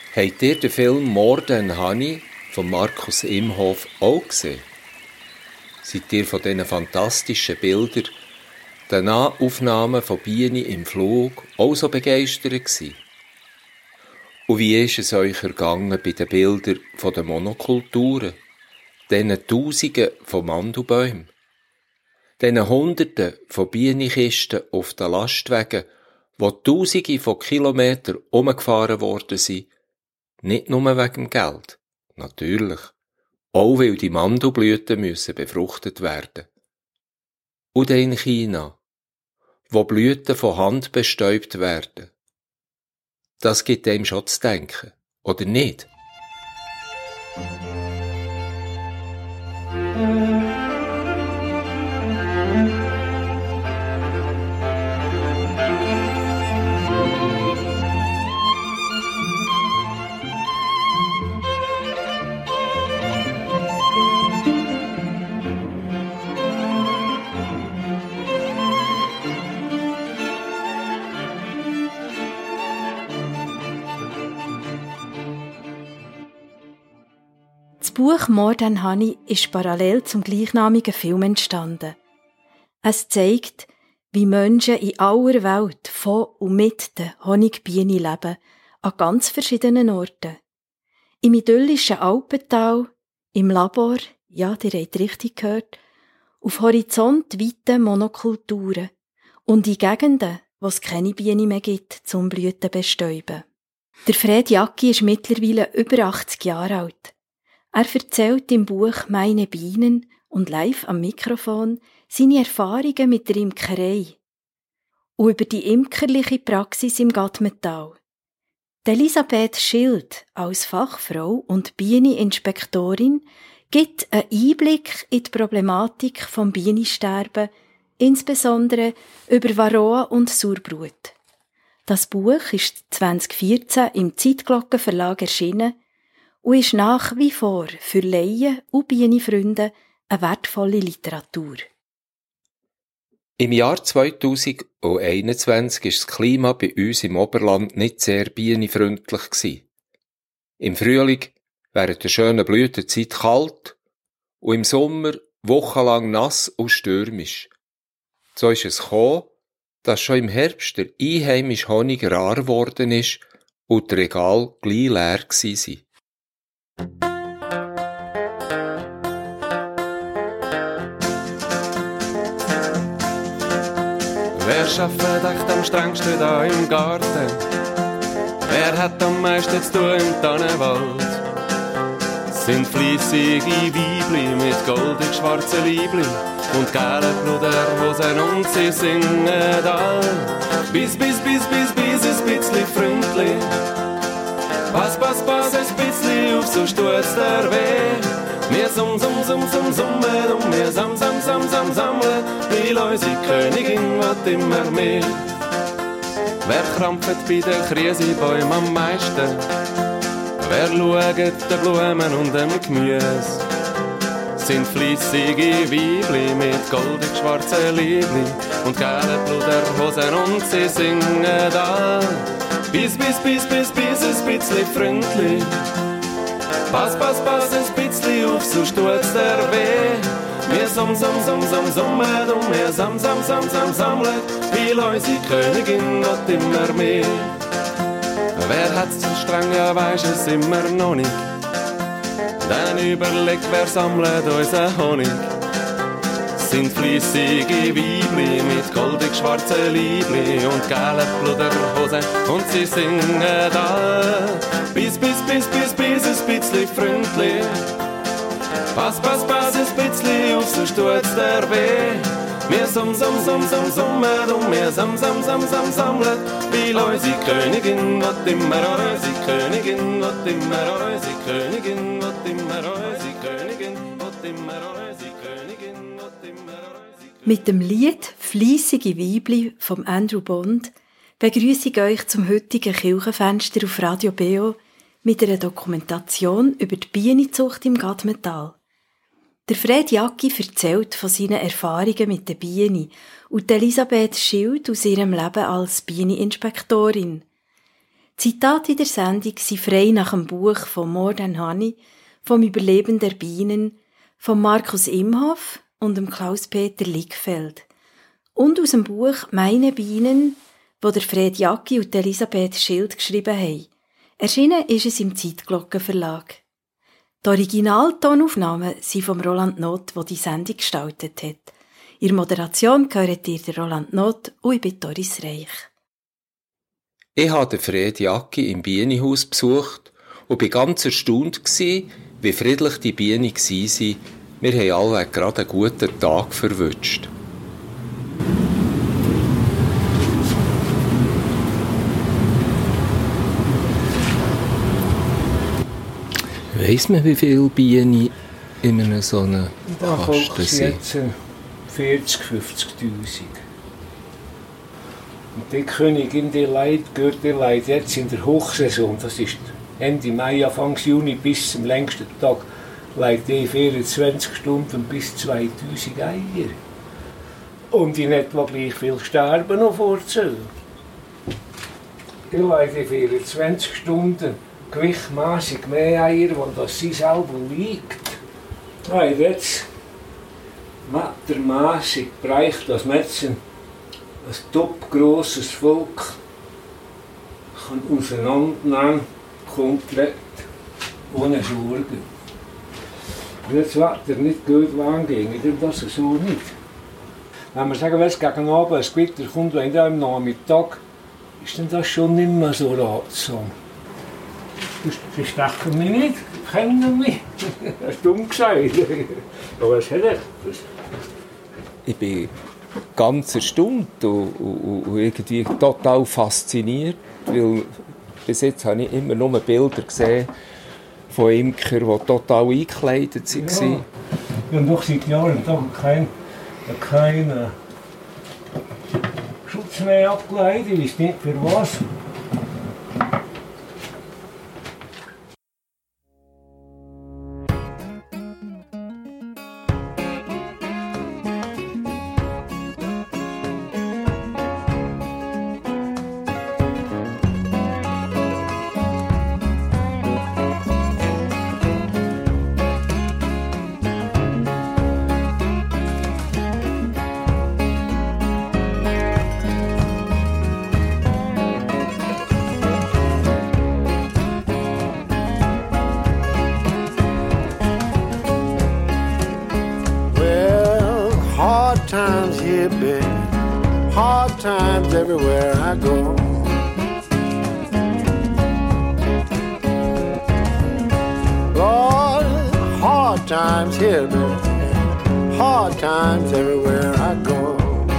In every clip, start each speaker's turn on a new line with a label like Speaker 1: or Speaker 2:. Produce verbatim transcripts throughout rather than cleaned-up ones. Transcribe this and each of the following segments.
Speaker 1: Habt ihr den Film «More than Honey» von Markus Imhof auch gesehen? Seid ihr von diesen fantastischen Bildern, den Nahaufnahmen von Bienen im Flug, auch so begeistert gewesen? Und wie ist es euch ergangen bei den Bildern von den Monokulturen, diesen Tausenden von Mandelbäumen, diesen Hunderten von Bienenkisten auf den Lastwagen, wo Tausende von Kilometern umgefahren worden sind, nicht nur wegen dem Geld, natürlich, auch weil die Mandelblüten müssen befruchtet werden. Und in China, wo Blüten von Hand bestäubt werden. Das gibt einem schon zu denken, oder nicht?
Speaker 2: Das Buch «More than Honey» ist parallel zum gleichnamigen Film entstanden. Es zeigt, wie Menschen in aller Welt von und mit den Honigbienen leben, an ganz verschiedenen Orten. Im idyllischen Alpental, im Labor, ja, ihr habt richtig gehört, auf horizontweiten Monokulturen und in Gegenden, wo es keine Bienen mehr gibt, zum Blüten bestäuben. Der Fred Jacki ist mittlerweile über achtzig Jahre alt. Er erzählt im Buch «Meine Bienen» und live am Mikrofon seine Erfahrungen mit der Imkerei und über die imkerliche Praxis im Gattmetall. Elisabeth Schild als Fachfrau und Bieneninspektorin gibt einen Einblick in die Problematik vom Bienensterben, insbesondere über Varroa und Surbrut. Das Buch ist zwanzig vierzehn im Zeitglockenverlag erschienen und ist nach wie vor für Laien und Bienenfreunde eine wertvolle Literatur.
Speaker 1: Im Jahr zweitausendeinundzwanzig war das Klima bei uns im Oberland nicht sehr bienenfreundlich gewesen. Im Frühling während der schönen Blütezeit kalt und im Sommer wochenlang nass und stürmisch. So ist es gekommen, dass schon im Herbst der einheimische Honig rar geworden ist und die Regale gleich leer waren.
Speaker 3: Wer schafft echt am strengsten da im Garten? Wer hat am meisten zu tun im Tannenwald? Sind fleissige Weibli mit goldig schwarzen Liebli und gelben Pluderhosen und sie singen all. Bis, bis, bis, bis, bis, ein bisschen Freundli. Pass, pass, pass, ein bisschen auf, sonst tut's dir weh. Wir summ, summ, summ, summ, summen und wir sam, sam, sam, sam, sammeln, weil unsere Königin will immer mehr. Wer krampft bei den Krisebäumen am meisten? Wer schaut den Blumen und dem Gemüse? Sind fleissige Weibli mit goldig schwarzen Liebli und gelben Pluderhosen und sie singen all. Bis, bis, bis, bis, bis, ein bisschen freundlich. Pass, pass, pass, ein bisschen auf, sonst tut's dir weh. Wir summ, summ, summ, summ, summen und wir sam, sam, sam, sam, sammeln, weil unsere Königin will immer mehr. Wer hat's zu streng, ja weisst es immer noch nicht. Dann überleg, wer sammelt unseren Honig. Sind fleissige Weibli mit goldig schwarzen Liebli und gelben Pluderhosen und sie singen all. Bis, bis, bis, bis, bis, ein bisschen freundlich. Pass, pass, pass, ein bisschen auf, sonst tut's dir weh. Wir summ, summ, summ, summ, summen und wir sam, sam, sam, sam, sammeln, weil unsere Königin will immer, unsere Königin will immer, unsere Königin will immer, unsere Königin will immer, unsere Königin will immer, unsere Königin.
Speaker 2: Mit dem Lied «Fleissige Weibli» von Andrew Bond begrüße ich euch zum heutigen Kirchenfenster auf Radio B O mit einer Dokumentation über die Bienenzucht im Gattmetall. Der Fred Jacki erzählt von seinen Erfahrungen mit den Bienen und Elisabeth Schild aus ihrem Leben als Bieneninspektorin. Die Zitate in der Sendung sind frei nach dem Buch von More Than Honey, vom Überleben der Bienen, von Markus Imhoff und dem Klaus-Peter Lickfeld. Und aus dem Buch «Meine Bienen», wo der Fred Jacki und Elisabeth Schild geschrieben haben. Erschienen ist es im Zeitglockenverlag. Die Originaltonaufnahmen sind von Roland Not, der die Sendung gestaltet hat. In der Moderation gehört ihr Roland Not und ich bin Doris Reich.
Speaker 1: Ich habe Fred Jacki im Bienenhaus besucht und war ganz erstaunt, wie friedlich die Bienen waren. Wir haben alle gerade einen guten Tag verwünscht. Weiss man, wie viele Bienen in einem so einem Kasten sind?
Speaker 4: Jetzt vierzig, fünfzigtausend. Und die Königin, die leidet, gehört die leidet jetzt in der Hochsaison, das ist Ende Mai, Anfang Juni bis zum längsten Tag, leidet die vierundzwanzig Stunden bis zweitausend Eier. Und in etwa gleich viel sterben noch vorzählen. Die leidet vierundzwanzig Stunden. Gewichtmässig mehr Eier, weil das sie selber liegt. Hey, jetzt wettermässig bereicht das Metzen ein topgrosses Volk kann auseinandernehmen, komplett ohne Sorgen. Wenn das Wetter nicht gut wann ging, dann das so nicht. Wenn wir sagen, wenn es gegen Abend ein Gewitter kommt, wenn da am Nachmittag, ist dann das schon nicht mehr so ratsam. Sie stechen mich nicht, kennen mich. Das ist dumm gesagt. Aber was hat er?
Speaker 1: Ich bin ganz erstaunt und, und, und irgendwie total fasziniert, weil bis jetzt habe ich immer nur Bilder gesehen von Imkern, die total eingekleidet waren.
Speaker 4: Ja. Ich habe noch seit Jahren keinen kein Schutz mehr abgeleitet, ich weiß nicht für was.
Speaker 5: Times here, baby, hard times everywhere I go. Lord, hard times here, baby, hard times everywhere I go.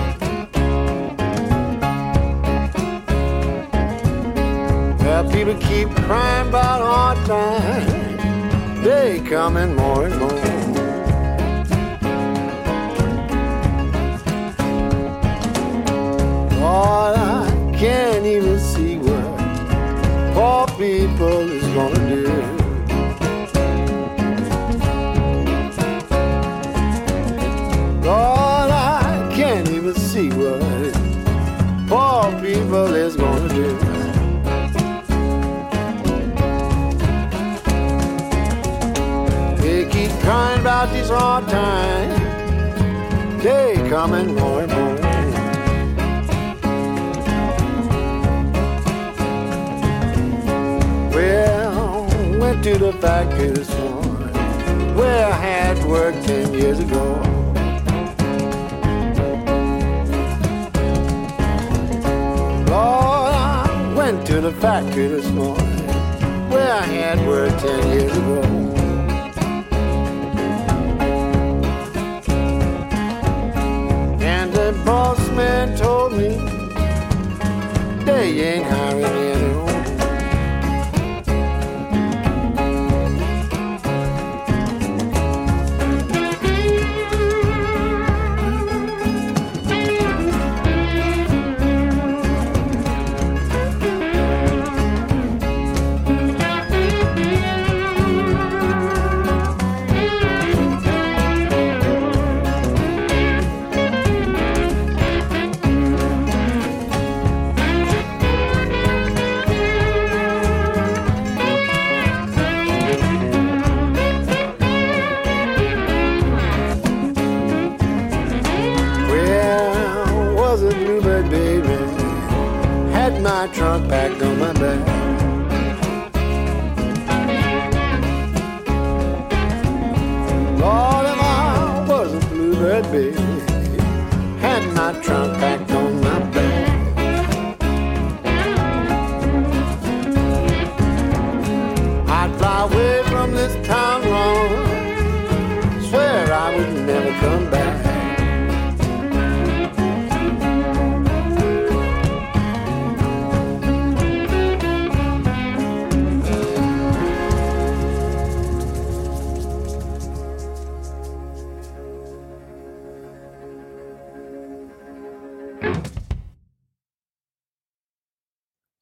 Speaker 5: Well, people keep crying about hard times, they coming more and more. Lord, I can't even see what poor people is gonna do. Lord, I can't even see what poor people is gonna do. They keep crying about these hard times, they coming more and more. Well, went to the factory this morning where I had worked ten years ago. Lord, I went to the factory this morning where I had worked ten years ago. And the boss man told me they ain't hiring anyone.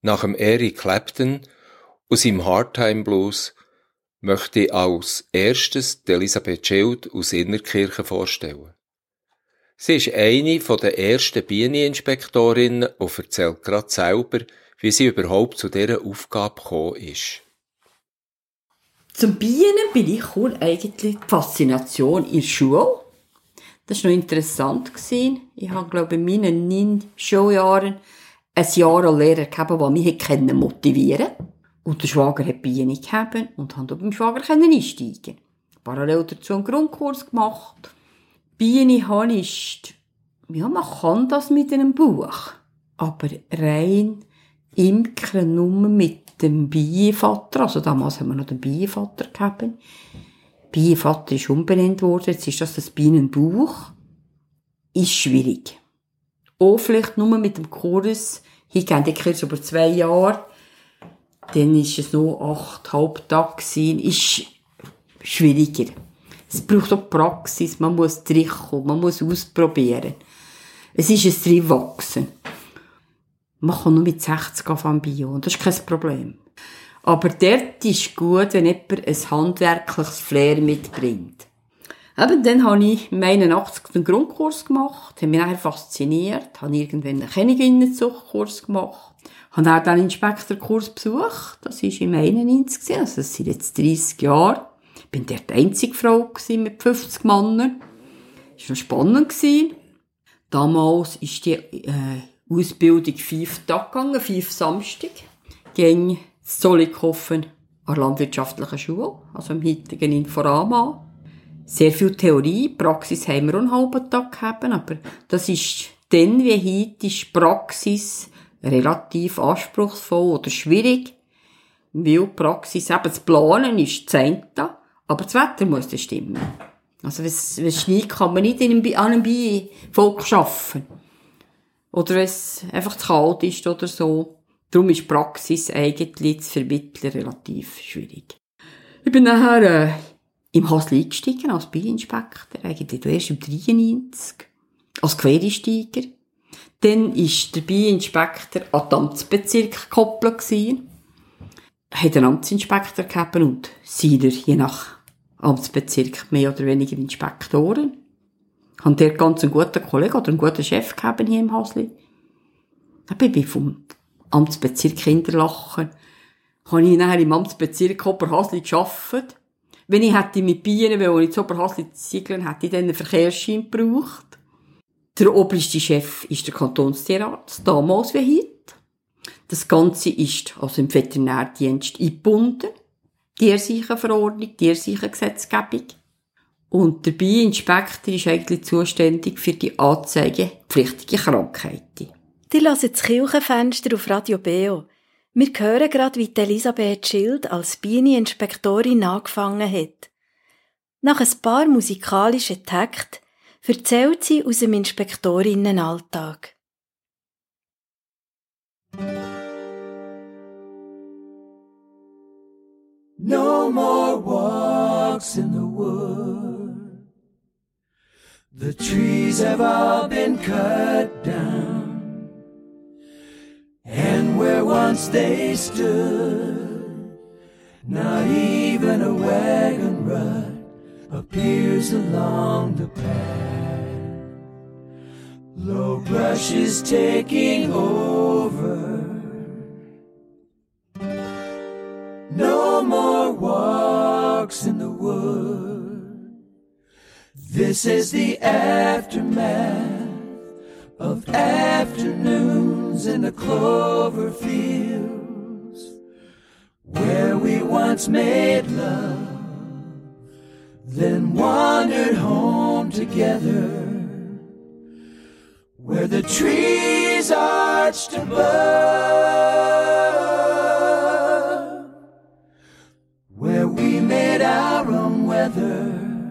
Speaker 1: Nach dem Eric Clapton und seinem Hardtime Blues möchte ich als erstes Elisabeth Schild aus Innertkirchen vorstellen. Sie ist eine der ersten Bieneninspektorinnen und erzählt gerade selber, wie sie überhaupt zu dieser Aufgabe gekommen ist.
Speaker 6: Zum Bienen bin ich cool eigentlich die Faszination in der Schule. Das war noch interessant. Ich habe, glaube ich, in meinen neun Schuljahren ein Jahr einen Lehrer gehabt, der mich motivieren konnte. Und der Schwager hat Bienen gehabt und konnte beim Schwager einsteigen. Parallel dazu einen Grundkurs gemacht. Bienen habe ich, ja, man kann das mit einem Buch. Aber rein Imkern nur mit dem Bienenvater. Also damals haben wir noch den Bienenvater gehabt. Bienenvater ist umbenannt worden. Jetzt ist das das Bienenbuch. Ist schwierig. Auch vielleicht nur mit dem Kurs. Hier gehen die Kurs über zwei Jahre. Dann ist es noch acht Halbtage gewesen. Ist schwieriger. Es braucht auch Praxis. Man muss drinkommen. Man muss ausprobieren. Es ist ein Reinwachsen. Man kann nur mit sechzig anfangen Bio. Und das ist kein Problem. Aber dort ist gut, wenn jemand ein handwerkliches Flair mitbringt. Eben, dann habe ich im einundachtzig einen Grundkurs gemacht, habe mich nachher fasziniert, habe irgendwann einen Königinnenzuchtkurs gemacht, habe auch den Inspektorkurs besucht, das war im einundneunzig, also das sind jetzt dreissig Jahre. Ich bin dort die einzige Frau mit fünfzig Männern. Das war noch spannend. Damals ist die äh, Ausbildung fünf Tage gegangen, fünf Samstag, ging in Zollikofen an der landwirtschaftlichen Schule, also im heutigen Inforama. Sehr viel Theorie, Praxis haben wir auch einen halben Tag gehabt, aber das ist dann wie heute ist Praxis relativ anspruchsvoll oder schwierig, weil Praxis eben das Planen ist Zehnte, aber das Wetter muss dann stimmen. Also wenn es schneit, kann man nicht in einem, an einem Bienenvolk arbeiten. Oder wenn es einfach zu kalt ist oder so. Darum ist Praxis eigentlich zu vermitteln relativ schwierig. Ich bin nachher äh, im Hasli eingestiegen als Bieneninspektor, eigentlich erst im dreiundneunzig, als Quereinsteiger. Dann war der Bieneninspektor an den Amtsbezirk gekoppelt. Er hatte einen Amtsinspektor gehabt und seiner, je nach Amtsbezirk, mehr oder weniger Inspektoren. Ich hatte dort ganz einen guten Kollegen oder einen guten Chef gehabt hier im Hasli. Ich bin vom Amtsbezirk Interlaken. Habe ich nachher im Amtsbezirk Oberhasli gearbeitet. Wenn ich hätte mit Bienen, weil ich zu Oberhasli ziegeln, hätte ich dann einen Verkehrsschein gebraucht. Der oberste Chef ist der Kantonstierarzt, damals wie heute. Das Ganze ist also im Veterinärdienst eingebunden. Tierseuchenverordnung, Tierseuchengesetzgebung. Und der Bieneninspektor ist eigentlich zuständig für die anzeigepflichtigen Krankheiten.
Speaker 2: Die hören das Kirchenfenster auf Radio Beo. Wir hören gerade, wie Elisabeth Schild als Bieneninspektorin angefangen hat. Nach ein paar musikalischen Takten erzählt sie aus dem Inspektorinnenalltag.
Speaker 7: No more walks in the wood. The trees have all been cut down, and where once they stood, not even a wagon rut appears along the path. Low brush is taking over. No more walks in the wood. This is the aftermath of afternoons in the clover fields, where we once made love, then wandered home together, where the trees arched above, where we made our own weather,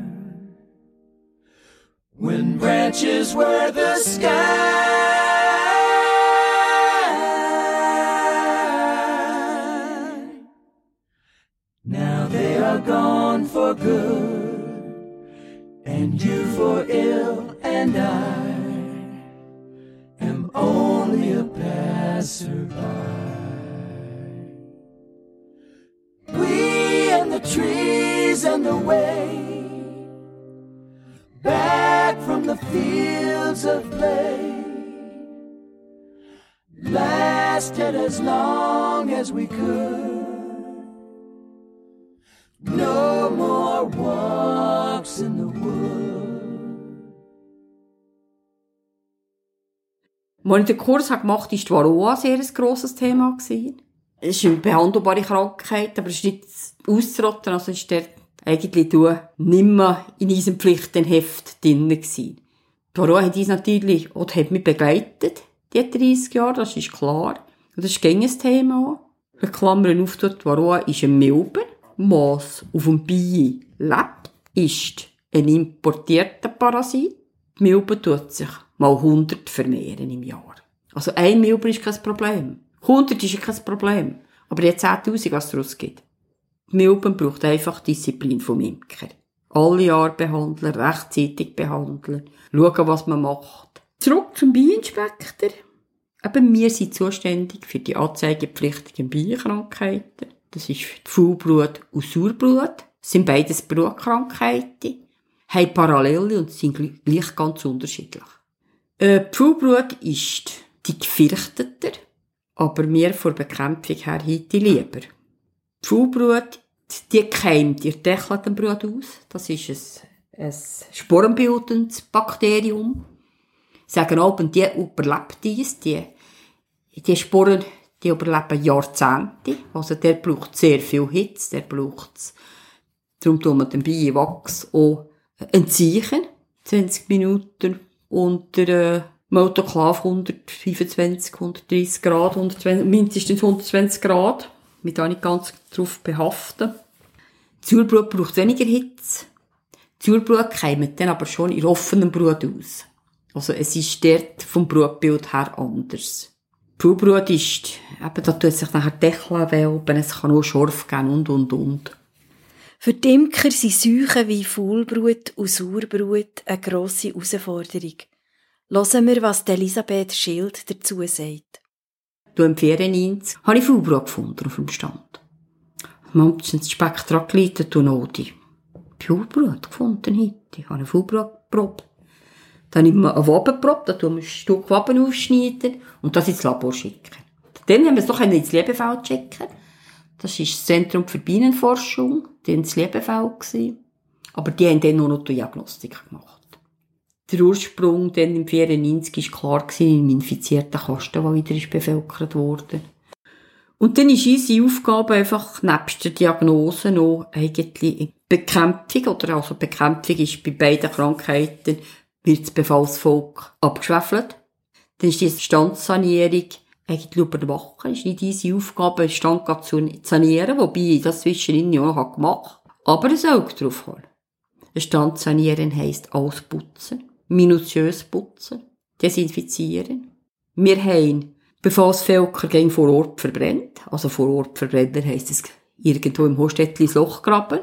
Speaker 7: when branches were the sky. Now they are gone for good, and you for ill, and I am only a passerby. trees and the way, back from the fields of play, lasted as long as we could. No more walks in the wood.
Speaker 6: Als ich den Kurs gemacht habe, war die Varroa sehr ein grosses Thema. Es ist eine behandelbare Krankheit, aber es ist nicht auszurotten, also ist der eigentlich nicht mehr in unserem Pflichtenheft drin gewesen. Die Varroa hat uns natürlich, oder hat mich begleitet, die dreissig Jahre, das ist klar. Und das ist gegen ein Thema. Eine Klammer auf, die Varroa ist ein Milben, was auf dem Bienen lebt, ist ein importierter Parasit. Die Milbe tut sich mal hundert vermehren im Jahr. Also ein Milbe ist kein Problem. hundert ist ja kein Problem. Aber jetzt zehntausend, was es daraus gibt. Die Milben braucht einfach Disziplin vom Imker. Alle Jahre behandeln, rechtzeitig behandeln, schauen, was man macht. Zurück zum Bienenspektor. Eben, wir sind zuständig für die anzeigepflichtigen Bienenkrankheiten. Das ist Faulbrut und Sauerblut. Das sind beides Brutkrankheiten. Haben Parallele und sind gleich ganz unterschiedlich. Äh, die Faulbrut ist die gefürchteter, aber wir von der Bekämpfung her heute lieber. Die Faulbrut, die keimt ihr deckelten Brut aus. Das ist ein, ein sporenbildendes Bakterium. Sagen auch, die überlebt dies. Die, die Sporen, die überleben Jahrzehnte. Also der braucht sehr viel Hitze, der braucht darum tun wir den Bienenwachs auch entziehen. zwanzig Minuten unter äh, Autoklave hundertfünfundzwanzig, hundertdreissig Grad, hundertzwanzig, mindestens hundertzwanzig Grad. Mit auch nicht ganz drauf behaften. Die Sauerblut braucht weniger Hitze. Die Sauerblut keimt dann aber schon in offenem Brut aus. Also es ist dort vom Brutbild her anders. Die Faulbrut ist, eben, da tut sich nachher Deckel wälben, es kann auch Schorf geben und, und, und.
Speaker 2: Für die Imker sind Seuchen wie Faulbrut und Sauerbrut eine grosse Herausforderung. Hören wir, was Elisabeth Schild dazu sagt.
Speaker 6: Im vierundneunzig habe ich Faulbrut gefunden auf dem Stand. Man hat ins Spektra geleitet und auch die Faulbrut gefunden heute. Ich habe eine Faulbrut geprobt. Dann habe ich mir eine Wabe geprobt, da tun wir ein Stück Waben aufschneiden und das ins Labor schicken. Dann haben wir es noch ins Liebefeld schicken. Das ist das Zentrum für Bienenforschung, die waren ins Liebefeld. Aber die haben dann nur noch Diagnostik gemacht. Der Ursprung dann im vierundneunzig war klar im infizierten Kasten, der wieder ist bevölkert wurde. Und dann ist unsere Aufgabe einfach, nebst der Diagnose noch eigentlich Bekämpfung, oder also Bekämpfung ist bei beiden Krankheiten, wird das Befallsvolk abgeschwäfelt. Dann ist die Standsanierung eigentlich überwachen. Es ist nicht unsere Aufgabe, einen Stand zu sanieren, wobei ich das zwischendrin auch gemacht habe. Aber ein Auge drauf haben. Ein Stand sanieren heisst alles putzen, minutiös putzen, desinfizieren. Wir haben Befallsvölker gegen vor Ort verbrennt. Also vor Ort verbrennen heisst es irgendwo im Hostetli ein Loch graben.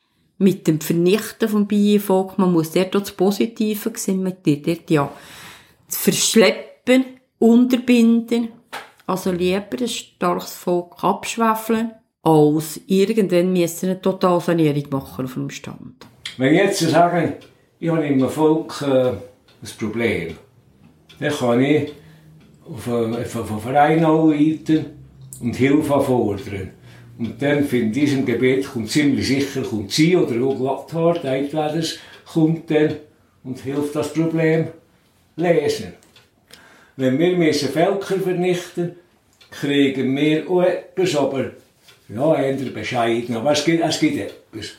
Speaker 6: Mit dem Vernichten vom Bienenvolk, man muss dort auch das Positive sehen, man dort, dort ja zu verschleppen, unterbinden. Also lieber ein starkes Volk abschwäfeln, als irgendwann müssen eine Totalsanierung machen auf dem Stand.
Speaker 4: Wenn ich jetzt sage, ich habe im Volk äh, ein Problem, dann kann ich auf einen Verein anrufen und Hilfe fordern. Und dann in diesem Gebiet kommt ziemlich sicher kommt sie oder auch Glatthart, entweder kommt dann und hilft das Problem lösen. Wenn wir müssen Völker vernichten, kriegen wir auch etwas, aber ja, eher bescheiden. Aber es gibt, es gibt etwas.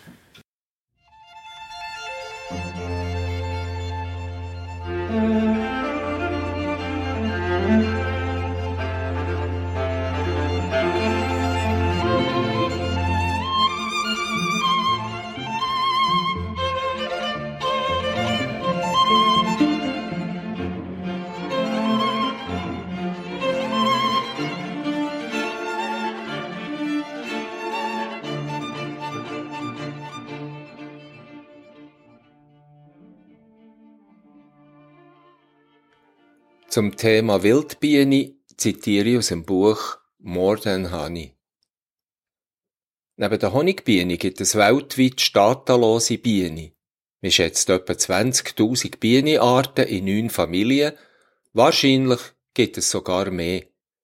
Speaker 1: Zum Thema Wildbiene zitiere ich aus dem Buch More Than Honey. Neben der Honigbiene gibt es weltweit staatenlose Bienen. Man schätzt etwa zwanzigtausend Bienenarten in neun Familien. Wahrscheinlich gibt es sogar mehr.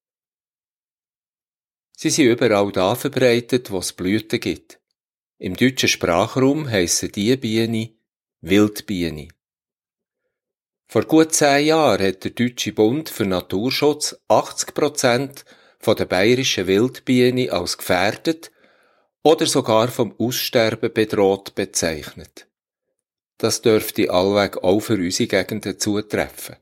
Speaker 1: Sie sind überall da verbreitet, wo es Blüten gibt. Im deutschen Sprachraum heissen diese Biene Wildbiene. Vor gut zehn Jahren hat der Deutsche Bund für Naturschutz achtzig Prozent von der bayerischen Wildbiene als gefährdet oder sogar vom Aussterben bedroht bezeichnet. Das dürfte allweg auch für unsere Gegenden zutreffen.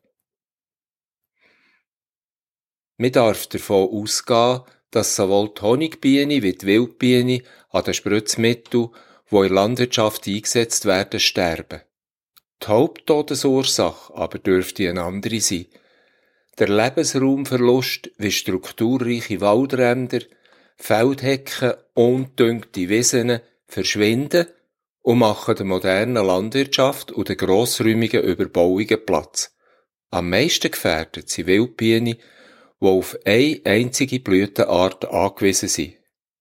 Speaker 1: Man darf davon ausgehen, dass sowohl die Honigbiene wie die Wildbiene an den Spritzmitteln, die in der Landwirtschaft eingesetzt werden, sterben. Die Haupttodesursache aber dürfte eine andere sein. Der Lebensraumverlust wie strukturreiche Waldränder, Feldhecken und dünkte Wiesen verschwinden und machen der modernen Landwirtschaft und den grossräumigen Überbauungen Platz. Am meisten gefährdet sind Wildbienen, die auf eine einzige Blütenart angewiesen sind.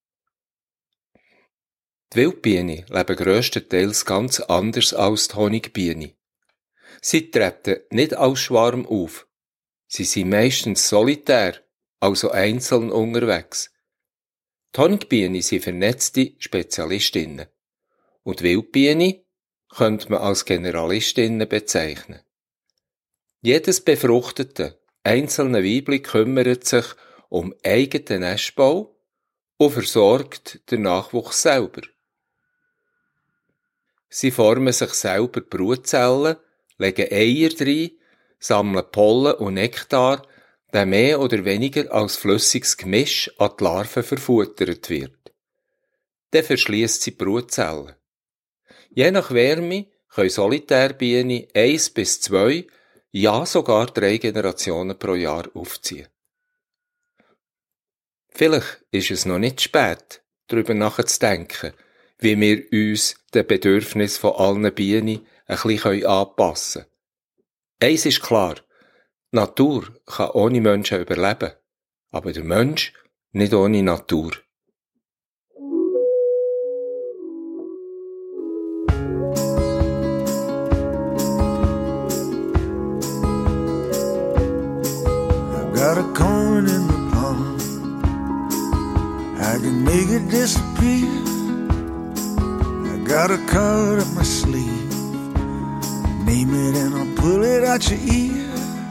Speaker 1: Die Wildbienen leben grösstenteils ganz anders als die Honigbiene. Sie treten nicht als Schwarm auf. Sie sind meistens solitär, also einzeln unterwegs. Die Honigbienen sind vernetzte Spezialistinnen. Und die Wildbiene könnte man als Generalistinnen bezeichnen. Jedes befruchtete, einzelne Weibli kümmert sich um eigenen Nestbau und versorgt den Nachwuchs selber. Sie formen sich selber Brutzellen, legen Eier rein, sammeln Pollen und Nektar, der mehr oder weniger als flüssiges Gemisch an die Larven verfuttert wird. Dann verschliesst sie die Brutzellen. Je nach Wärme können Solitärbienen eins bis zwei, ja sogar drei Generationen pro Jahr aufziehen. Vielleicht ist es noch nicht spät, darüber nachzudenken, wie wir uns den Bedürfnissen von allen Bienen ein bisschen anpassen können. Eins ist klar, die Natur kann ohne Menschen überleben, aber der Mensch nicht ohne Natur.
Speaker 5: Got a coin in the palm, I can make it disappear. I got a card up my sleeve, name it and I'll pull it out your ear.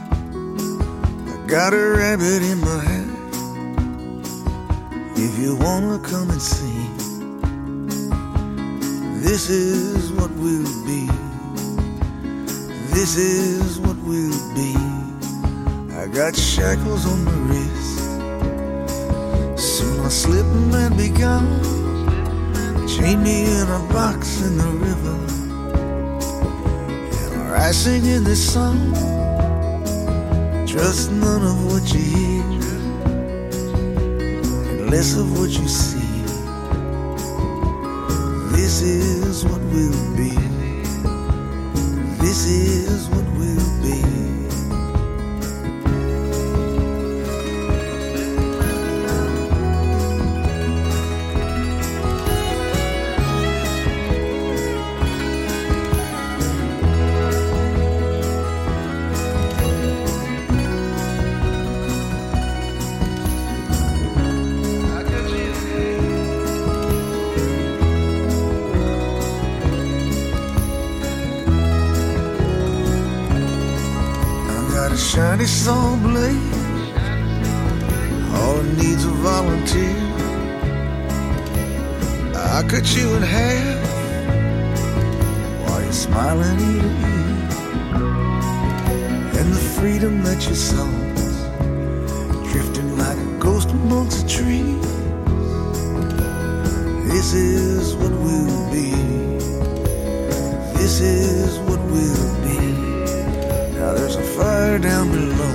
Speaker 5: I got a rabbit in my hat, if you wanna come and see. This is what we'll be, this is what we'll be. I got shackles on my wrist, soon I'll slip and be gone. Chain me in a box in the river, and I'll rise singing this song. Trust none of what you hear, and less of what you see. This is what we'll be, this is what we'll be. Shiny saw blade, all it needs a volunteer. I cut you in half while you're smiling ear to ear, and the freedom that you saw drifting like a ghost amongst the trees. This is what we'll be, this is what we'll be. Now there's a fire down below,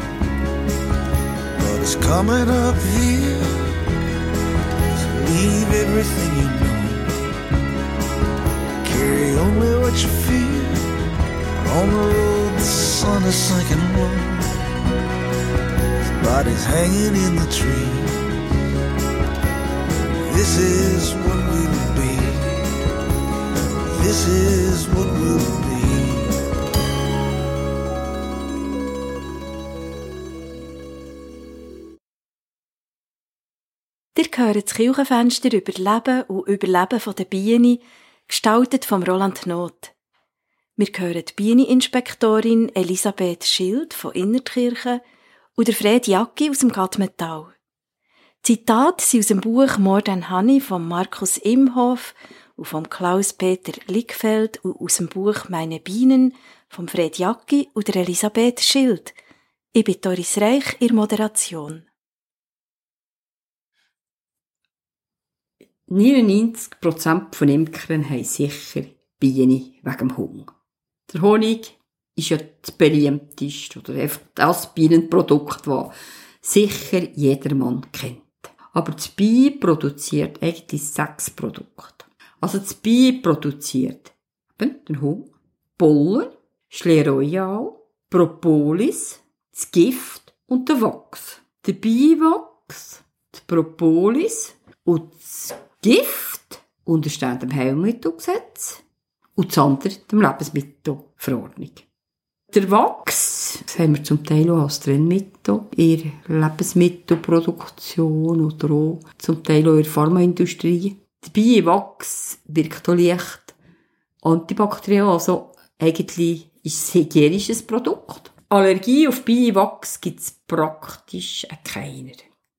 Speaker 5: but it's coming up here. So leave everything you know, carry only what you feel. On the road the sun is sinking low, his body's hanging in the tree. This is what we'll be. This is what we'll be.
Speaker 2: Ihr hört das Kirchenfenster über Leben und Überleben der Biene, gestaltet von Roland Noth. Wir hören die Bieneneinspektorin Elisabeth Schild von Innertkirchen und der Fred Jacki aus dem Gadmetal. Zitate sind aus dem Buch More Than Honey von Markus Imhof und von Klaus-Peter Lickfeld und aus dem Buch Meine Bienen von Fred Jacki und der Elisabeth Schild. Ich bin Doris Reich in der Moderation.
Speaker 6: neunundneunzig Prozent von Imkern haben sicher Bienen wegen dem Hunger. Der Honig ist ja das berühmteste oder einfach das Bienenprodukt, das sicher jedermann kennt. Aber das Bier produziert eigentlich sechs Produkte. Also das Bier produziert eben den Honig, Pollen, Scleroyal, Propolis, das Gift und den Wachs. Der Bienenwachs, die Propolis und das Gift unterstehen dem Heilmittelgesetz und das andere dem Lebensmittelverordnung. Der Wachs, das haben wir zum Teil auch als Trennmittel in der Lebensmittelproduktion oder auch zum Teil auch in der Pharmaindustrie. Der Bienenwachs wirkt auch leicht antibakteriell, also eigentlich ist es ein hygienisches Produkt. Allergie auf Bienenwachs gibt es praktisch keiner.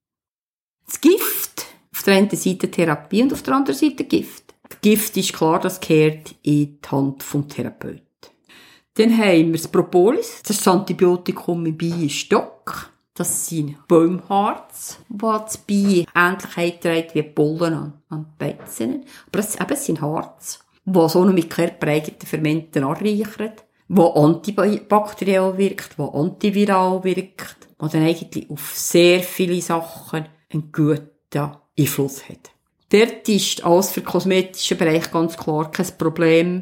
Speaker 6: Das Gift, auf der einen Seite Therapie und auf der anderen Seite Gift. Gift ist klar, das gehört in die Hand des Therapeuten. Dann haben wir das Propolis, das ist das Antibiotikum im Bienenstock. Das sind Baumharz, was das Bienen Ähnlichkeit trägt wie Pollen an, an Beizen. Aber es, eben, es sind Harz, was auch noch mit körpereigenen Fermenten anreichert, was antibakteriell wirkt, was antiviral wirkt, was dann eigentlich auf sehr viele Sachen einen guten Einfluss hat. Dort ist alles für den kosmetischen Bereich ganz klar kein Problem.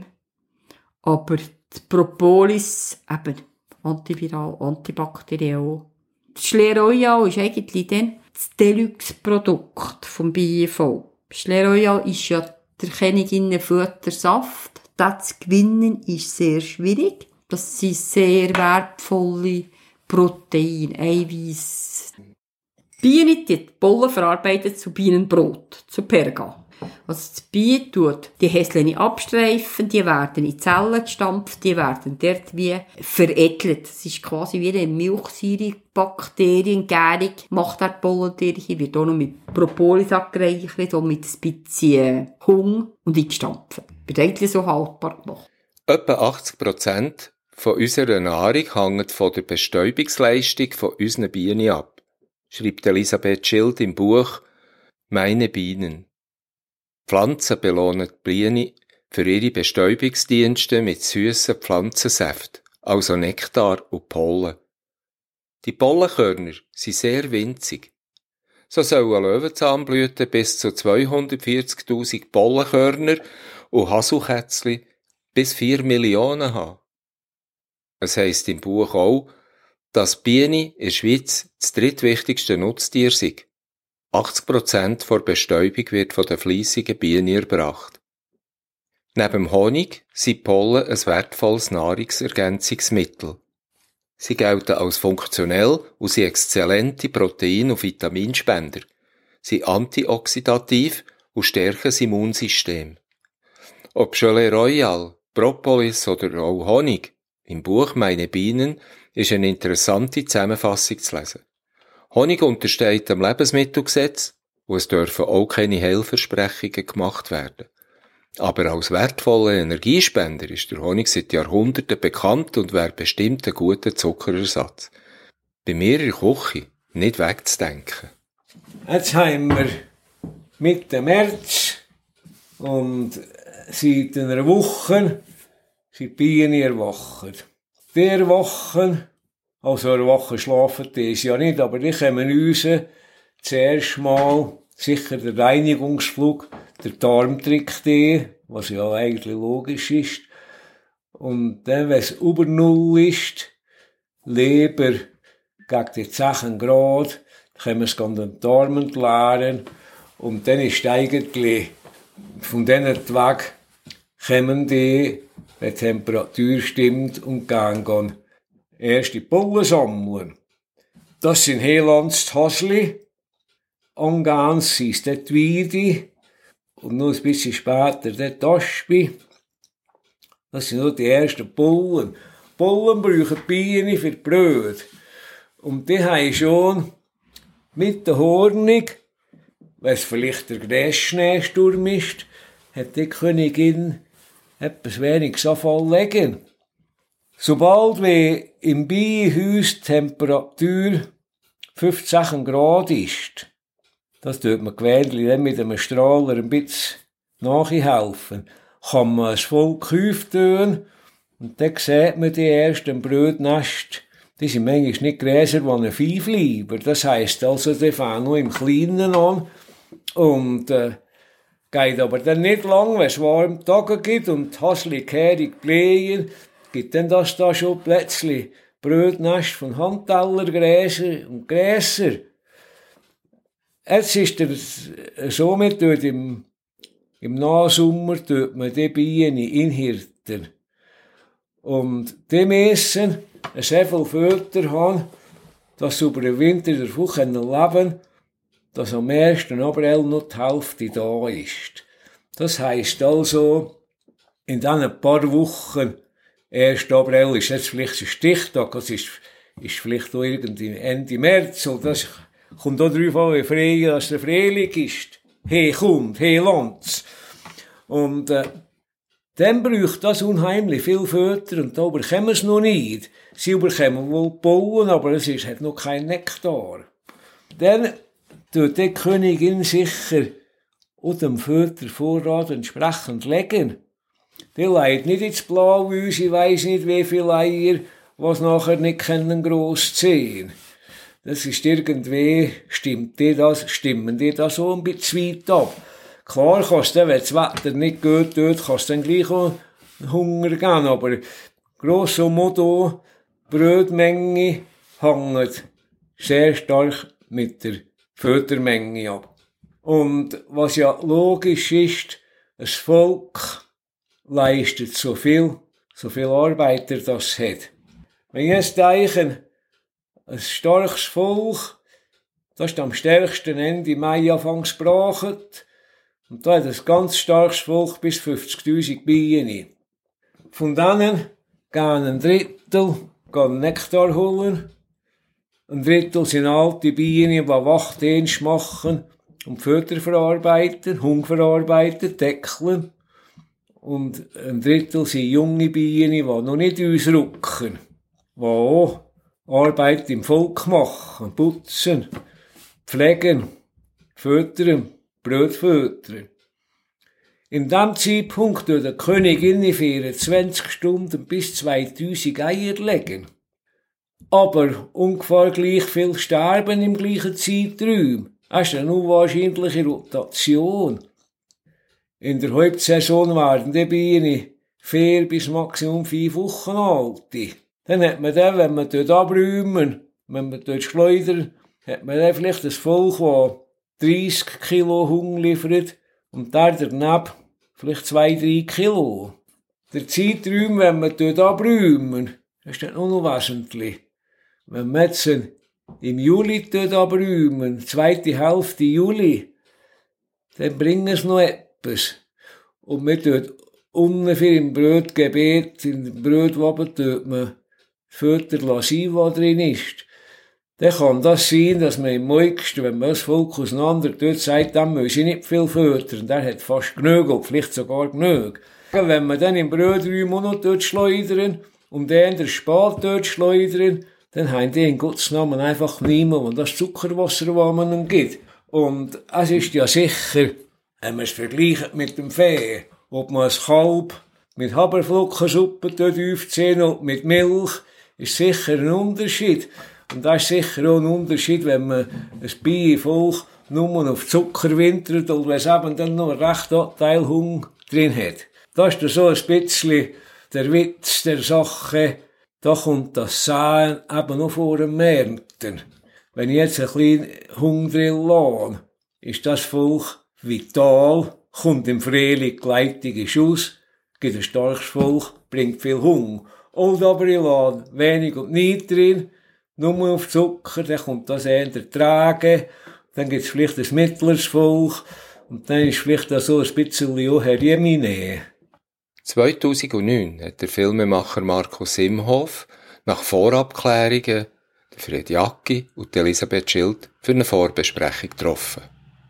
Speaker 6: Aber das Propolis, eben antiviral, antibakteriell. Das Scleroyal ist eigentlich dann das Deluxe-Produkt vom Bienenvolk. Scleroyal ist ja der Königin Futtersaft. Das zu gewinnen ist sehr schwierig. Das sind sehr wertvolle Proteine, Eiweiß. Bienen, die Pollen verarbeitet zu Bienenbrot, zu Perga. Also das Bienen tut die Häschen abstreifen, die werden in Zellen gestampft, die werden dort wie veredelt. Das ist quasi wie eine Milchsäure, Bakteriengärung, macht der Pollentierchen, wird auch noch mit Propolis angereichert und mit ein bisschen Hunger und eingestampft. Wird eigentlich so haltbar gemacht.
Speaker 1: Etwa achtzig Prozent von unserer Nahrung hängt von der Bestäubungsleistung von unseren Bienen ab, schreibt Elisabeth Schild im Buch Meine Bienen. Pflanzen belohnen die Bienen für ihre Bestäubungsdienste mit süßen Pflanzensäften, also Nektar und Pollen. Die Pollenkörner sind sehr winzig. So sollen Löwenzahnblüten bis zu zweihundertvierzigtausend Pollenkörner und Haselkätzchen bis vier Millionen haben. Es heisst im Buch auch, dass Bienen in der Schweiz das drittwichtigste Nutztier sind. achtzig Prozent der Bestäubung wird von den fleissigen Bienen erbracht. Neben dem Honig sind Pollen ein wertvolles Nahrungsergänzungsmittel. Sie gelten als funktionell und sind exzellente Protein- und Vitaminspender, sind antioxidativ und stärken das Immunsystem. Ob Gelée Royale, Propolis oder auch Honig, im Buch Meine Bienen ist eine interessante Zusammenfassung zu lesen. Honig untersteht dem Lebensmittelgesetz und es dürfen auch keine Heilversprechungen gemacht werden. Aber als wertvoller Energiespender ist der Honig seit Jahrhunderten bekannt und wäre bestimmt ein guter Zuckerersatz. Bei mir in der Küche nicht wegzudenken.
Speaker 4: Jetzt haben wir Mitte März und seit einer Woche sind die Bienen erwacht. Die erwachen, also erwachen schlafen die ist ja nicht, aber die kommen raus, zuerst mal sicher der Reinigungsflug, der Darm trägt die, was ja eigentlich logisch ist. Und dann, wenn es über Null ist, Leber gegen die zehn Grad, können wir es den Darm entleeren Und dann ist eigentlich von diesen Tagen kommen die, wenn die Temperatur stimmt, und gehen, gehen erste Bullen sammeln. Das sind Heilands Hasli, und ganz sind dort die Weide, und noch ein bisschen später dort Aspi. Das sind noch die ersten Bullen. Bullen brauchen Bienen für die Bröt. Und die haben schon mit der Hornung, wenn es vielleicht der Grässchneesturm ist, hat die Königin etwas wenig Anfall legen. Sobald wie im Bienenhaus die Temperatur fünfzehn Grad ist, das tut man gewöhnlich mit einem Strahler ein bisschen nachhelfen, kann man das Volk auftun und dann sieht man die ersten Brutnester. Die sind manchmal nicht Gräser, die ein Vieh bleiben. Das heisst also, die fangen noch im Kleinen an und äh, geht aber dann nicht lang, wenn es warme Tage gibt und die Hasli kehrig blähen, gibt dann das da schon plötzlich Brutnest von Handtellergräser und Gräser. Jetzt ist es somit, im, im Nachsommer tut man die Bienen inhirten. Und die müssen sehr viel Futter haben, dass sie über den Winter davon leben können, dass am ersten April noch die Hälfte da ist. Das heisst also, in diesen paar Wochen, ersten April ist jetzt vielleicht ein Stichtag, das ist, ist vielleicht auch irgendwie Ende März, oder das kommt auch darauf an, wie frei, dass der Frühling ist. Hey kommt, hey Lanz. Und, äh, dann braucht das unheimlich viel Futter und da bekommen es noch nicht. Sie bekommen wohl Pollen, aber es ist, hat noch kein Nektar. Dann tut die Königin sicher auch dem Futtervorrat entsprechend legen. Die legt nicht ins Blauhaus, ich weiss nicht wie viele Eier, was nachher nicht können gross ziehen. Das ist irgendwie, stimmt die das, stimmen die das so ein bisschen weit ab. Klar kannst du, wenn das Wetter nicht gut tut, kannst du dann gleich auch Hunger geben, aber grosso modo, Brotmenge hängt sehr stark mit der Futtermenge ab. Und was ja logisch ist, ein Volk leistet so viel, so viel Arbeiter das hat. Wenn ich jetzt denke, ein starkes Volk, das ist am stärksten Ende Mai anfangs gebracht, und da hat ein ganz starkes Volk bis fünfzigtausend Bienen. Von denen gehen ein Drittel gehen Nektar holen, ein Drittel sind alte Bienen, die Wachdienst machen und Futter verarbeiten, Hunger verarbeiten, deckeln. Und ein Drittel sind junge Bienen, die noch nicht ausrücken, die auch Arbeit im Volk machen, putzen, pflegen, füttern, Brot füttern. In diesem Zeitpunkt tut der Königin vierundzwanzig Stunden bis zweitausend Eier legen. Aber ungefähr gleich viel sterben im gleichen Zeitraum. Das ist eine unwahrscheinliche Rotation. In der Hauptsaison werden die Bienen vier bis maximum fünf Wochen alt. Dann hat man dann, wenn man dort abräumen, wenn man dort schleudern, hat man dann vielleicht ein Volk, das dreissig Kilo Hunger liefert und der daneben vielleicht zwei, drei Kilo. Der Zeitraum, wenn man dort abräumen, ist dann auch noch wesentlich. Wenn wir jetzt im Juli dort abräumen, zweite Hälfte Juli, dann bringen es noch etwas. Und wir dort unten für im Brotgebet, in dem Brotwaben, tut man Futter lassen, was drin ist. Dann kann das sein, dass man im Meugsten, wenn man das Volk auseinander tut, sagt, dann muss ich nicht viel füttern. Der hat fast genug, oder vielleicht sogar genug. Wenn man dann im Brotraum auch noch dort schleudern und dann der Spat dort schleudern, dann haben die in Gottes Namen einfach niemand, und das Zuckerwasser, das man ihnen gibt. Und es ist ja sicher, wenn man es vergleicht mit dem Vieh, ob man ein Kalb mit Haferflockensuppe dort aufziehen und mit Milch, ist sicher ein Unterschied. Und das ist sicher auch ein Unterschied, wenn man ein Bienenvolk nur auf Zucker wintert und wenn es eben dann noch einen rechten Teil Hunger drin hat. Das ist so ein bisschen der Witz der Sache. Da kommt das Säen eben noch vor dem Ernten. Wenn ich jetzt ein bisschen Hunger drin lasse, ist das Volk vital, kommt im Frühling gleitig aus, gibt ein starkes Volk, bringt viel Hunger. Old Oberland, wenig und nicht drin, nur auf Zucker, dann kommt das eher tragen, dann gibt es vielleicht ein mittleres Volk, und dann ist vielleicht auch so ein bisschen auch Herr Jemine.
Speaker 1: zweitausendneun hat der Filmemacher Markus Imhof nach Vorabklärungen Fred Jacki und Elisabeth Schild für eine Vorbesprechung getroffen.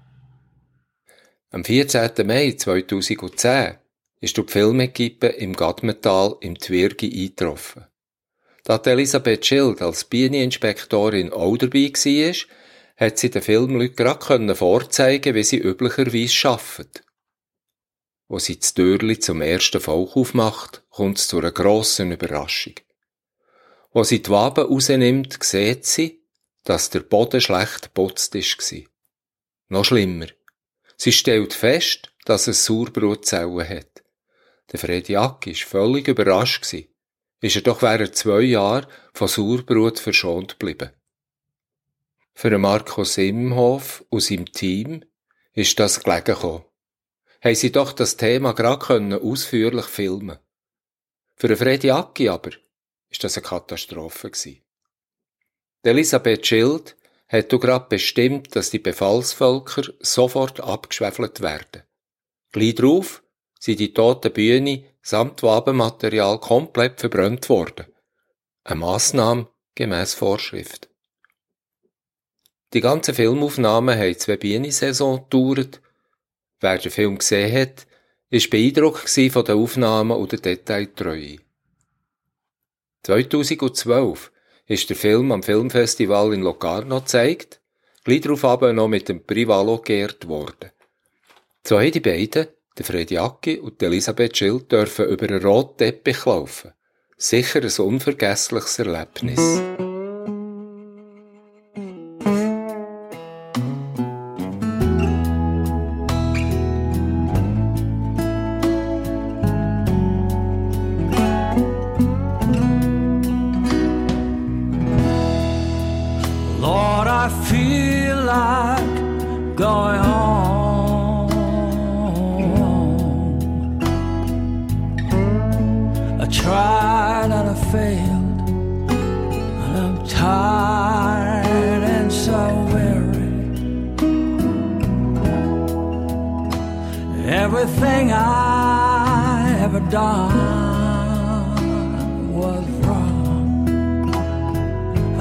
Speaker 1: Am vierzehnten Mai zweitausendzehn ist die Filmequipe im Gadmental im Twirgi eingetroffen. Da Elisabeth Schild als Bieneneinspektorin auch dabei war, hat sie den Filmleuten gerade vorzeigen, wie sie üblicherweise arbeiten. Wo sie das Türli zum ersten Volk aufmacht, kommt es zu einer grossen Überraschung. Wo sie die Waben rausnimmt, sieht sie, dass der Boden schlecht geputzt war. Noch schlimmer. Sie stellt fest, dass es Sauerbrutzellen hat. Der Fred Jacki war völlig überrascht. Ist er doch während zwei Jahren von Sauerbrut verschont geblieben. Für Markus Imhof und seinem Team ist das gelegen gekommen. Haben sie doch das Thema gerade ausführlich filmen. Für Fred Jacki aber ist das eine Katastrophe gewesen. Elisabeth Schild hat auch gerade bestimmt, dass die Befallsvölker sofort abgeschwefelt werden. Gleich darauf sind die toten Bühne samt Wabenmaterial komplett verbrannt worden. Eine Massnahme gemäss Vorschrift. Die ganzen Filmaufnahmen haben zwei Bienensaison gedauert. Wer den Film gesehen hat, war beeindruckt von den Aufnahmen und der Detailtreue. zweitausendzwölf ist der Film am Filmfestival in Locarno gezeigt, gleich darauf aber noch mit dem Privalo geehrt worden. So haben die beiden, der Fred Jacki und Elisabeth Schild, dürfen über einen roten Teppich laufen. Sicher ein unvergessliches Erlebnis.
Speaker 7: Everything I ever done was wrong. I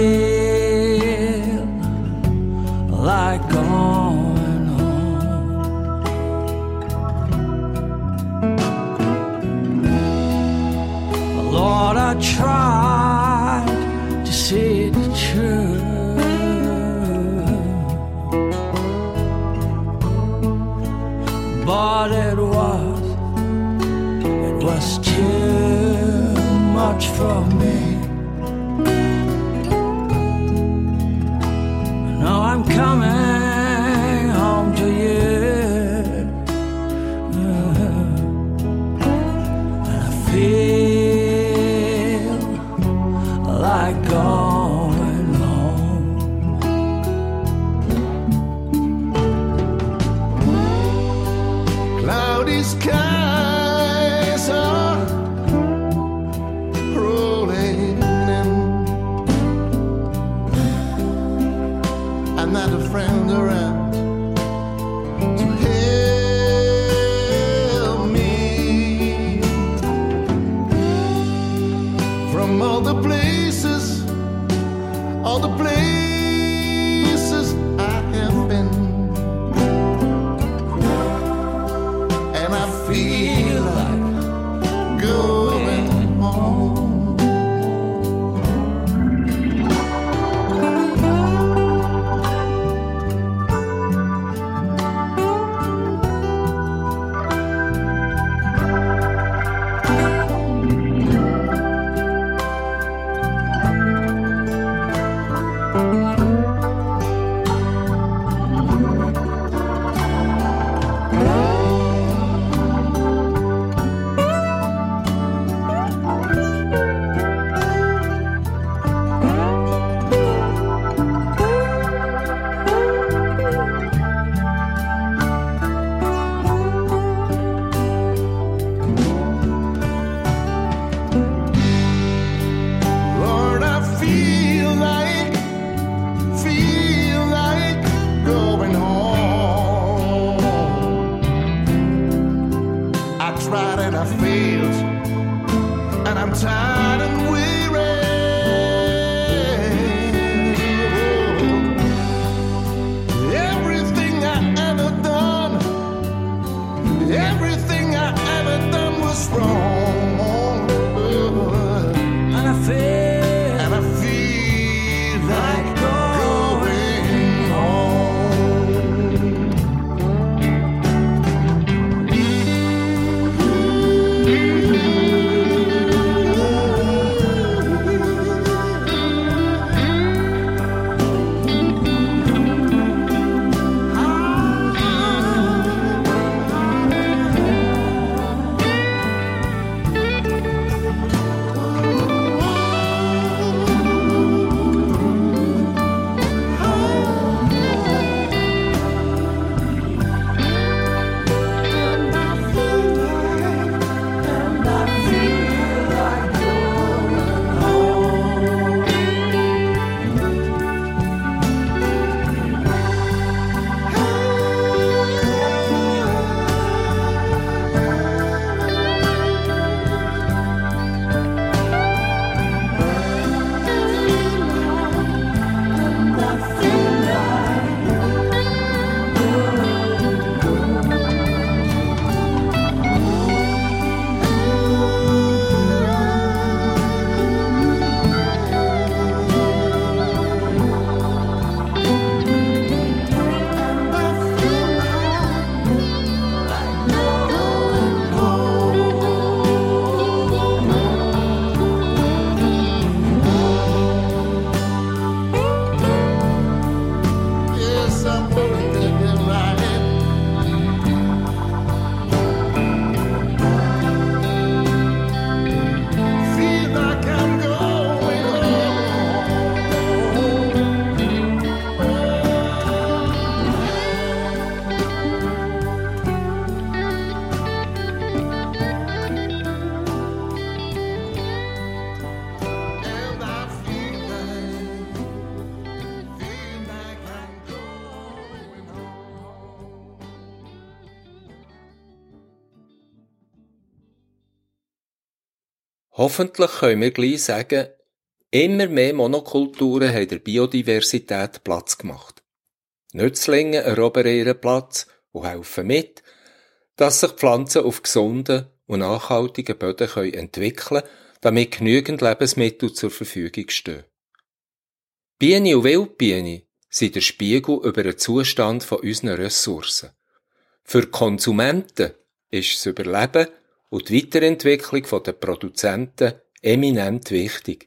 Speaker 7: feel like going home. Lord, I tried to see the truth, but it was, it was too much for me. Now I'm coming home to you, and I feel like going home.
Speaker 5: Cloudy skies are rolling in, and not a friend around to help me. From all the places, all the places I have been, and I feel like going home. I failed, and I'm tired and weary. Everything I ever done, everything I ever done was wrong, and I feel, and I feel like going home. Yes, I'm gonna get it right. Feel like I'm going home. And I feel like, feel like I'm going home.
Speaker 1: Hoffentlich können wir gleich sagen, immer mehr Monokulturen haben der Biodiversität Platz gemacht. Nützlinge erobern ihren Platz und helfen mit, dass sich Pflanzen auf gesunden und nachhaltigen Böden können entwickeln können, damit genügend Lebensmittel zur Verfügung stehen. Bienen und Wildbienen sind der Spiegel über den Zustand von unseren Ressourcen. Für Konsumenten ist das Überleben und die Weiterentwicklung der Produzenten eminent wichtig.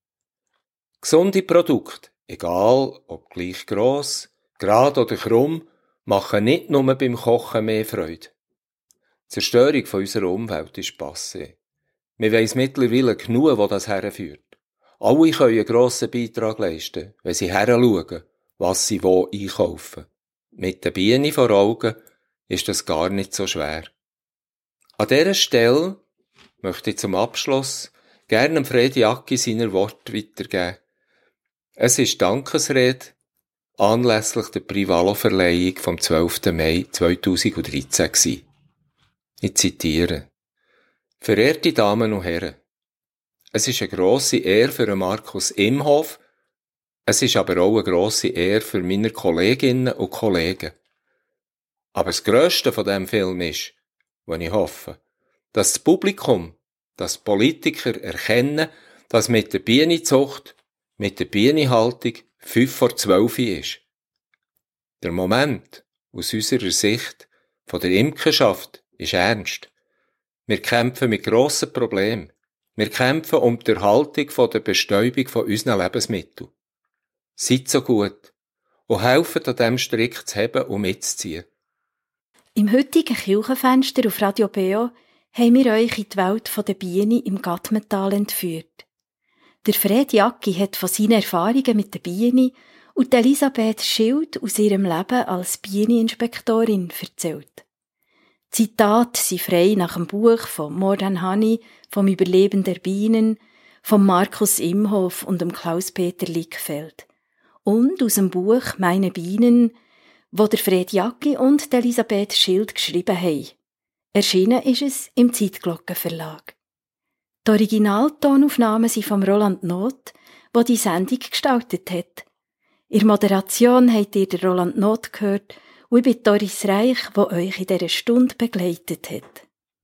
Speaker 1: Gesunde Produkte, egal ob gleich gross, gerade oder krumm, machen nicht nur beim Kochen mehr Freude. Die Zerstörung von unserer Umwelt ist passé. Wir weiss mittlerweile genug, wo das herführt. Alle können einen grossen Beitrag leisten, wenn sie heranschauen, was sie wo einkaufen. Mit den Bienen vor Augen ist das gar nicht so schwer. An dieser Stelle möchte ich zum Abschluss gerne Fredi Aki seine Worte weitergeben. Es ist Dankesrede anlässlich der Privalo-Verleihung vom zwölften Mai zweitausenddreizehn gewesen. Ich zitiere: Verehrte Damen und Herren, es ist eine grosse Ehre für Markus Imhof, es ist aber auch eine grosse Ehre für meine Kolleginnen und Kollegen. Aber das Grösste von diesem Film ist, wo ich hoffe, dass das Publikum, dass Politiker erkennen, dass mit der Bienenzucht, mit der Bienenhaltung fünf vor zwölf ist. Der Moment, aus unserer Sicht, von der Imkerschaft, ist ernst. Wir kämpfen mit grossen Problemen. Wir kämpfen um die Erhaltung von der Bestäubung von unseren Lebensmitteln. Seid so gut und helft an diesem Strick zu heben und mitzuziehen.
Speaker 2: Im heutigen Kirchenfenster auf Radio Beo haben wir euch in die Welt der Bienen im Gattmetal entführt. Der Fredi Aki hat von seinen Erfahrungen mit den Bienen und Elisabeth Schild aus ihrem Leben als Bieneninspektorin erzählt. Zitate sind frei nach dem Buch von More Than Honey, vom Überleben der Bienen, von Markus Imhof und dem Klaus-Peter Lickfeld. Und aus dem Buch Meine Bienen, wo der Fredi Aki und Elisabeth Schild geschrieben haben. Erschienen ist es im Zeitglockenverlag. Die Originaltonaufnahmen sind von Roland Not, der die Sendung gestaltet hat. In der Moderation habt ihr den Roland Not gehört und ich bin Doris Reich, die euch in dieser Stunde begleitet hat.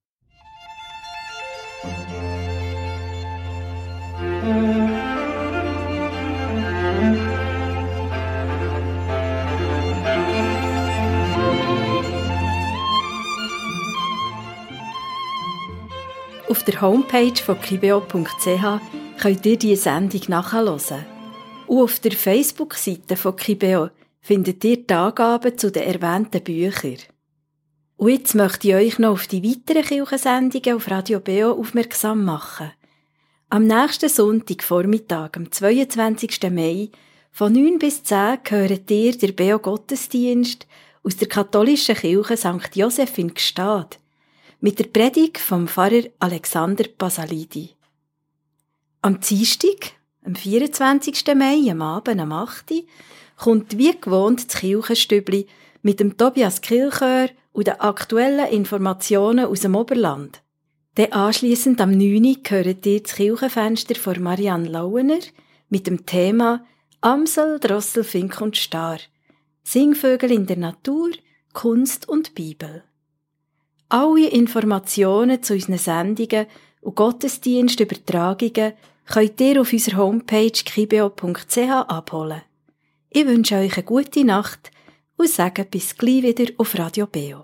Speaker 2: Auf der Homepage von kibeo punkt c h könnt ihr diese Sendung nachhören. Und auf der Facebook-Seite von Kibeo findet ihr die Angaben zu den erwähnten Büchern. Und jetzt möchte ich euch noch auf die weiteren Kirchensendungen auf Radio Beo aufmerksam machen. Am nächsten Sonntagvormittag, am zweiundzwanzigsten Mai, von neun bis zehn hört ihr der Beo-Gottesdienst aus der katholischen Kirche Sankt Joseph in Gstaad mit der Predigt vom Pfarrer Alexander Basalidi. Am Dienstag, am vierundzwanzigsten Mai, am Abend am acht Uhr, kommt wie gewohnt das Kirchenstübli mit dem Tobias Kilchör und den aktuellen Informationen aus dem Oberland. Dann anschliessend am neun Uhr hört ihr das Kirchenfenster von Marianne Lauener mit dem Thema Amsel, Drossel, Fink und Star. Singvögel in der Natur, Kunst und Bibel. Alle Informationen zu unseren Sendungen und Gottesdienstübertragungen könnt ihr auf unserer Homepage kibeo punkt c h abholen. Ich wünsche euch eine gute Nacht und sage bis gleich wieder auf Radio Beo.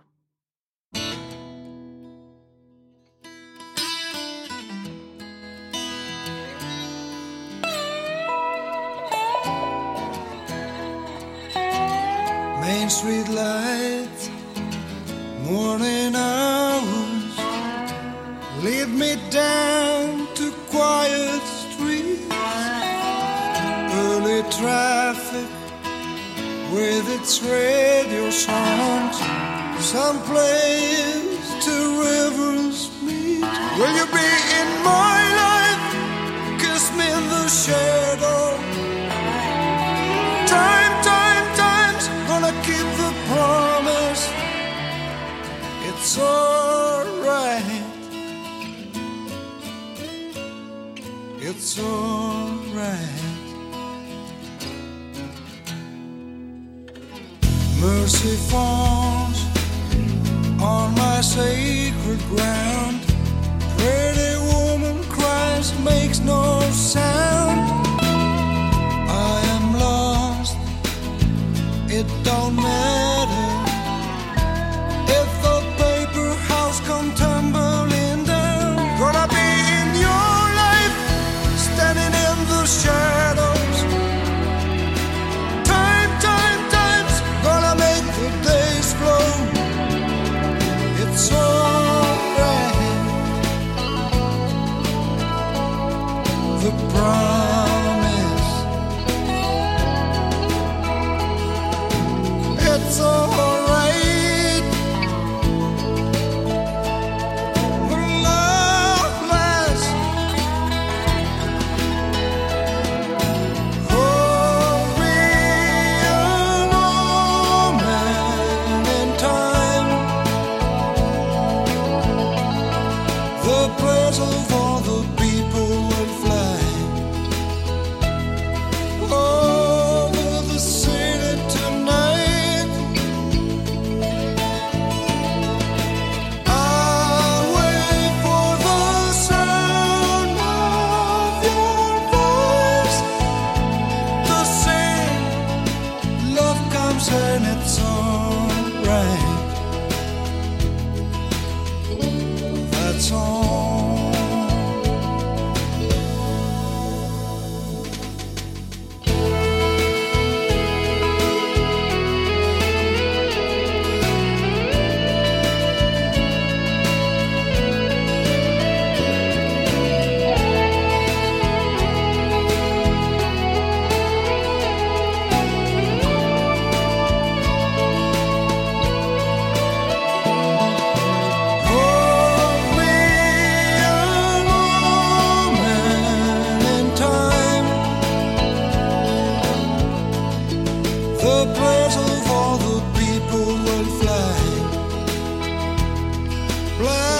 Speaker 5: Main Street lights, morning hours, lead me down to quiet streets. Early traffic with its radio songs, some place two rivers meet. Will you be in my life? Kiss me in the shadow. Time, time, time's gonna keep the promise. It's alright. It's alright. Mercy falls on my sacred ground. Pretty woman cries, makes no sound. I am lost, it don't matter if the paper house come tumbling down. Gonna be in your life, standing in the shadows. Time, time, time's gonna make the days flow. It's alright. The promise. It's alright. The love lasts. Oh, be an old man in time. Blood